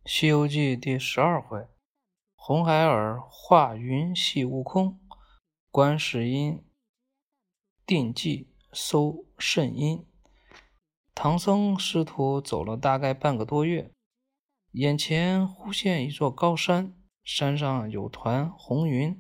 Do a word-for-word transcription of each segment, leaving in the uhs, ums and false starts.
西游记第十二回，红孩儿化云系悟空，观世音定计搜圣婴。唐僧师徒走了大概半个多月，眼前忽现一座高山，山上有团红云，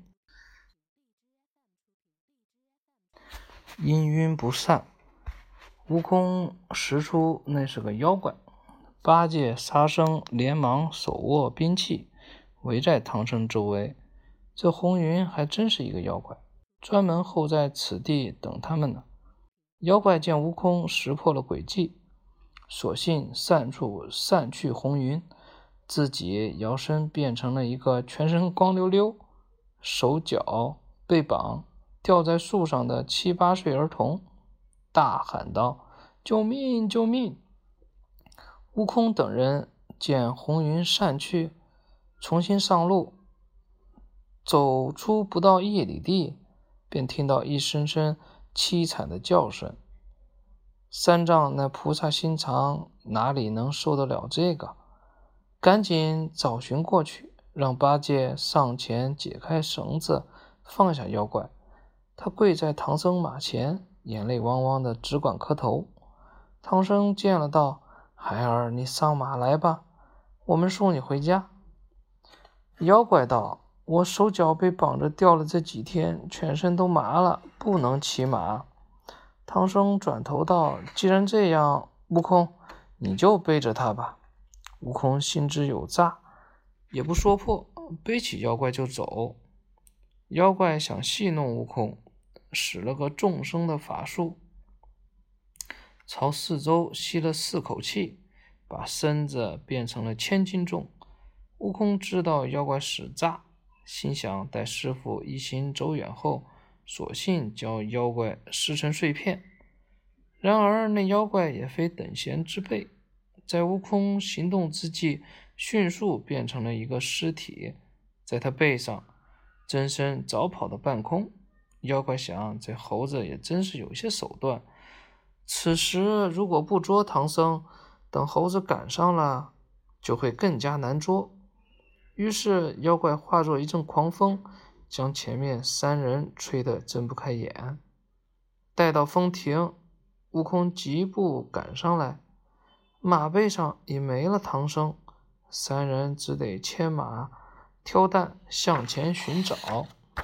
氤氲不散。悟空识出那是个妖怪，八戒、沙僧连忙手握兵器，围在唐僧周围。这红云还真是一个妖怪，专门候在此地等他们呢。妖怪见悟空识破了诡计，索性散出散去红云，自己摇身变成了一个全身光溜溜、手脚被绑、吊在树上的七八岁儿童，大喊道：“救命！救命！”悟空等人见红云散去，重新上路，走出不到一里地，便听到一声声凄惨的叫声。三藏那菩萨心肠，哪里能受得了这个？赶紧找寻过去，让八戒上前解开绳子，放下妖怪。他跪在唐僧马前，眼泪汪汪的，只管磕头。唐僧见了道：“孩儿，你上马来吧，我们送你回家。”妖怪道：“我手脚被绑着吊了这几天，全身都麻了，不能骑马。”唐僧转头道：“既然这样，悟空，你就背着他吧。”悟空心知有诈，也不说破，背起妖怪就走。妖怪想戏弄悟空，使了个众生的法术，朝四周吸了四口气，把身子变成了千斤重。悟空知道妖怪使诈，心想待师傅一行走远后，索性将妖怪撕成碎片。然而那妖怪也非等闲之辈，在悟空行动之际，迅速变成了一个尸体，在他背上，真身早跑到半空。妖怪想，这猴子也真是有些手段，此时如果不捉唐僧，等猴子赶上了，就会更加难捉。于是妖怪化作一阵狂风，将前面三人吹得睁不开眼。待到风停，悟空疾步赶上来，马背上已没了唐僧，三人只得牵马挑担向前寻找。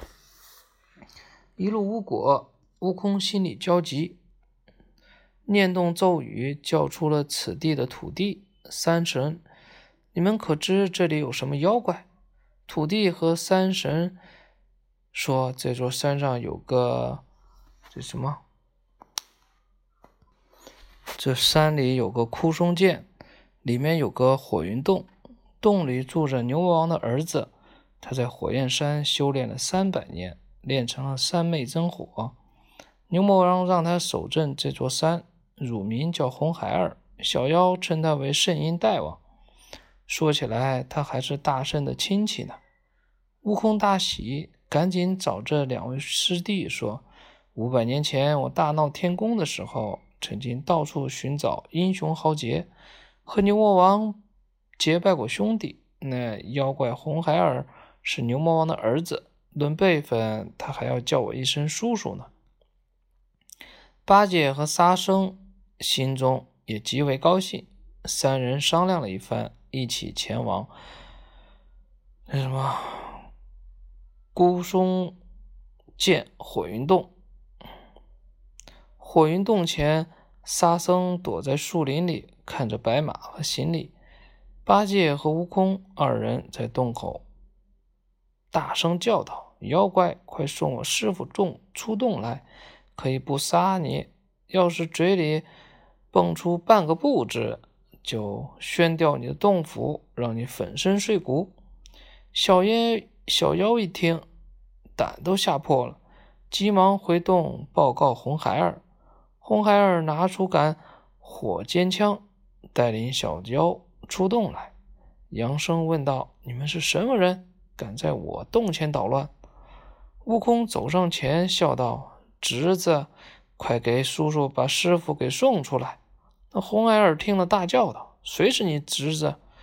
一路无果，悟空心里焦急，念动咒语，叫出了此地的土地、山神：“你们可知这里有什么妖怪？”土地和山神说：“这座山上有个……这什么？这山里有个枯松涧，里面有个火云洞，洞里住着牛魔王的儿子，他在火焰山修炼了三百年，练成了三昧真火。牛魔王让他守镇这座山，乳名叫红孩儿，小妖称他为圣婴大王。说起来，他还是大圣的亲戚呢。”悟空大喜，赶紧找这两位师弟说：“五百年前我大闹天宫的时候，曾经到处寻找英雄豪杰，和牛魔王结拜过兄弟。那妖怪红孩儿是牛魔王的儿子，论辈分，他还要叫我一声叔叔呢。”八戒和沙僧心中也极为高兴，三人商量了一番，一起前往那什么孤松涧火云洞。火云洞前，沙僧躲在树林里，看着白马和行李。八戒和悟空二人在洞口大声叫道：“妖怪，快送我师傅洞出洞来，可以不杀你，要是嘴里蹦出半个不字，就宣掉你的洞府，让你粉身碎骨。”小妖小妖一听，胆都吓破了，急忙回洞报告红孩儿。红孩儿拿出杆火尖枪，带领小妖出洞来，扬声问道：“你们是什么人，敢在我洞前捣乱？”悟空走上前笑道：“侄子，快给叔叔把师傅给送出来。”那红孩儿听了大叫道：“谁是你侄子？”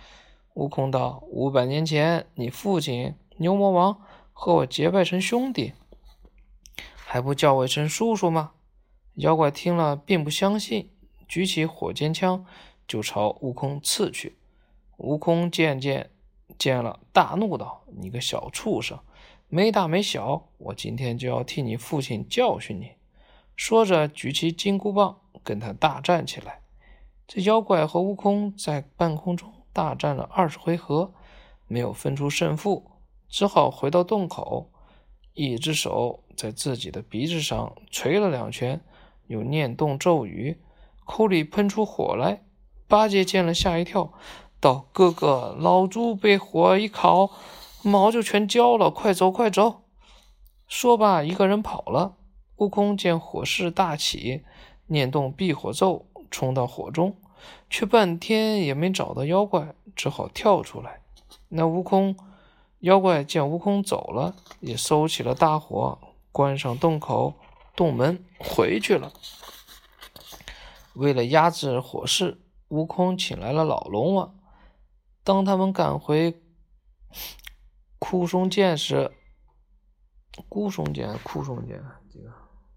悟空道：五百年前，你父亲牛魔王和我结拜成兄弟，还不叫我一声叔叔吗？妖怪听了并不相信，举起火尖枪就朝悟空刺去。悟空见见见了，大怒道：你个小畜生，没大没小，我今天就要替你父亲教训你。说着举起金箍棒跟他大战起来。这妖怪和悟空在半空中大战了二十回合，没有分出胜负，只好回到洞口，一只手在自己的鼻子上捶了两拳，又念动咒语，口里喷出火来。八戒见了吓一跳，道：哥哥，老猪被火一烤，毛就全焦了，快走快走。说罢一个人跑了。悟空见火势大起，念动避火咒，冲到火中，却半天也没找到妖怪，只好跳出来。那悟空妖怪见悟空走了，也收起了大火，关上洞口洞门回去了。为了压制火势，悟空请来了老龙王。当他们赶回枯松涧时，枯松涧枯松涧这个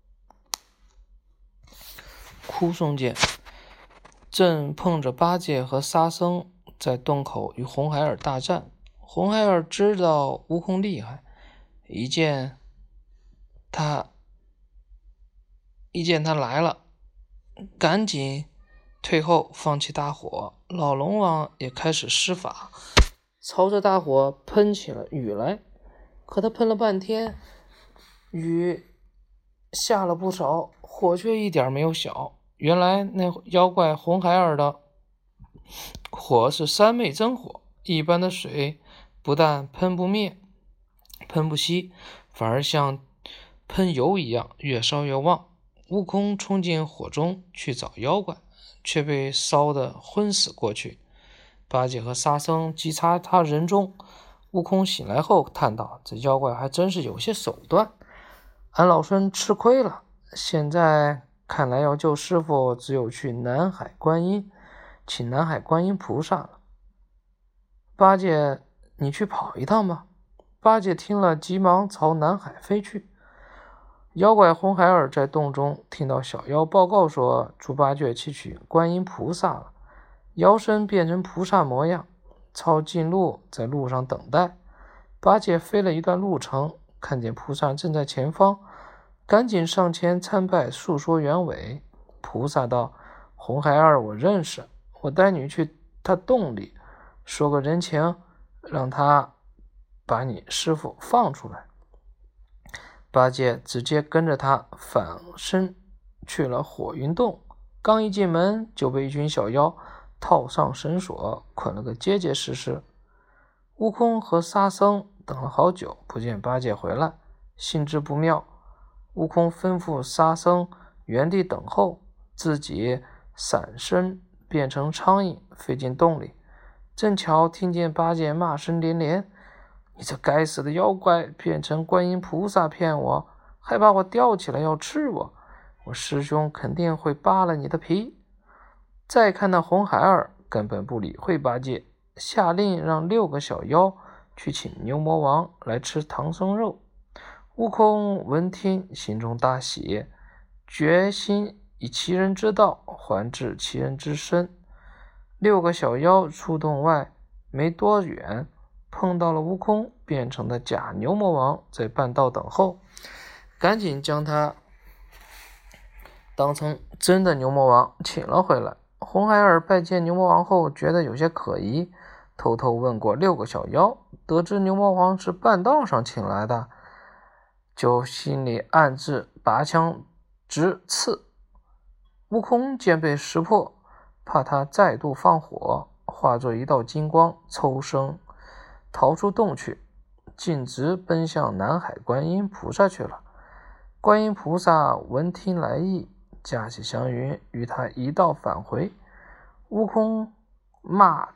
枯松涧正碰着八戒和沙僧在洞口与红孩儿大战。红孩儿知道悟空厉害，一见他一见他来了，赶紧退后，放弃大火。老龙王也开始施法，朝着大火喷起了雨来。可他喷了半天，雨下了不少，火却一点没有小。原来那妖怪红孩儿的火是三昧真火，一般的水不但喷不灭喷不熄，反而像喷油一样越烧越旺。悟空冲进火中去找妖怪，却被烧得昏死过去。八戒和沙僧击插他人中。悟空醒来后叹道：这妖怪还真是有些手段，俺老孙吃亏了。现在看来要救师傅，只有去南海观音，请南海观音菩萨了。八戒，你去跑一趟吧。八戒听了，急忙朝南海飞去。妖怪红孩儿在洞中听到小妖报告说，猪八戒去取观音菩萨了。妖身变成菩萨模样，抄近路，在路上等待。八戒飞了一段路程，看见菩萨正在前方，赶紧上前参拜，诉说原委。菩萨道：红孩儿我认识，我带你去他洞里说个人情，让他把你师父放出来。八戒直接跟着他反身去了火云洞，刚一进门就被一群小妖套上绳索，捆了个结结实实。悟空和沙僧等了好久，不见八戒回来，心知不妙。悟空吩咐沙僧原地等候，自己闪身变成苍蝇飞进洞里。正巧听见八戒骂声连连：你这该死的妖怪，变成观音菩萨骗我，还把我吊起来要吃我，我师兄肯定会扒了你的皮。再看那红孩儿根本不理会八戒，下令让六个小妖去请牛魔王来吃唐僧肉。悟空闻听，心中大喜，决心以其人之道还治其人之身。六个小妖出洞外没多远，碰到了悟空变成的假牛魔王在半道等候，赶紧将他当成真的牛魔王请了回来。红孩儿拜见牛魔王后觉得有些可疑，偷偷问过六个小妖，得知牛魔王是半道上请来的，就心里暗自拔枪直刺。悟空见被识破，怕他再度放火，化作一道金光抽身逃出洞去，径直奔向南海观音菩萨去了。观音菩萨闻听来意，驾起祥云与他一道返回。悟空骂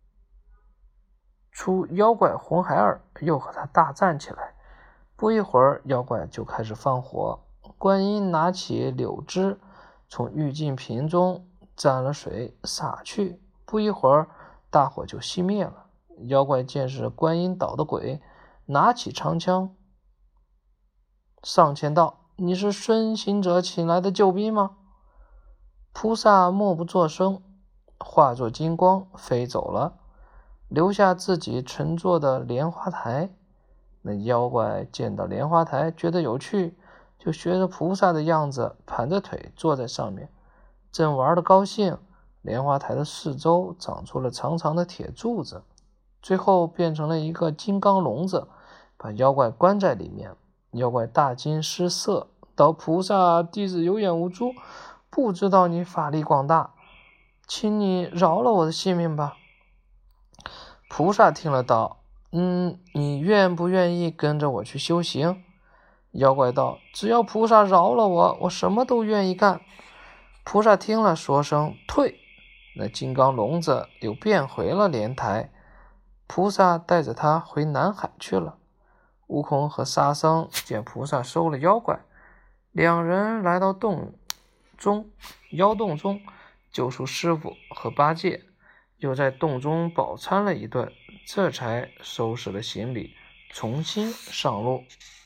出妖怪红孩儿，又和他大战起来。不一会儿，妖怪就开始放火。观音拿起柳枝，从玉净瓶中沾了水洒去，不一会儿大火就熄灭了。 妖怪见是观音岛的鬼，拿起长枪上前道：“你是孙行者请来的救兵吗？”菩萨默不作声，化作金光飞走了，留下自己乘坐的莲花台。那妖怪见到莲花台，觉得有趣，就学着菩萨的样子，盘着腿坐在上面，正玩得高兴。莲花台的四周长出了长长的铁柱子，最后变成了一个金刚笼子，把妖怪关在里面。妖怪大惊失色，道：“菩萨，弟子有眼无珠，不知道你法力广大，请你饶了我的性命吧。”菩萨听了道：“嗯，你愿不愿意跟着我去修行？”妖怪道：“只要菩萨饶了我，我什么都愿意干。”菩萨听了，说声退，那金刚笼子又变回了莲台。菩萨带着他回南海去了。悟空和沙僧见菩萨收了妖怪，两人来到洞中，妖洞中救出师傅和八戒，又在洞中饱餐了一顿，这才收拾了行李，重新上路。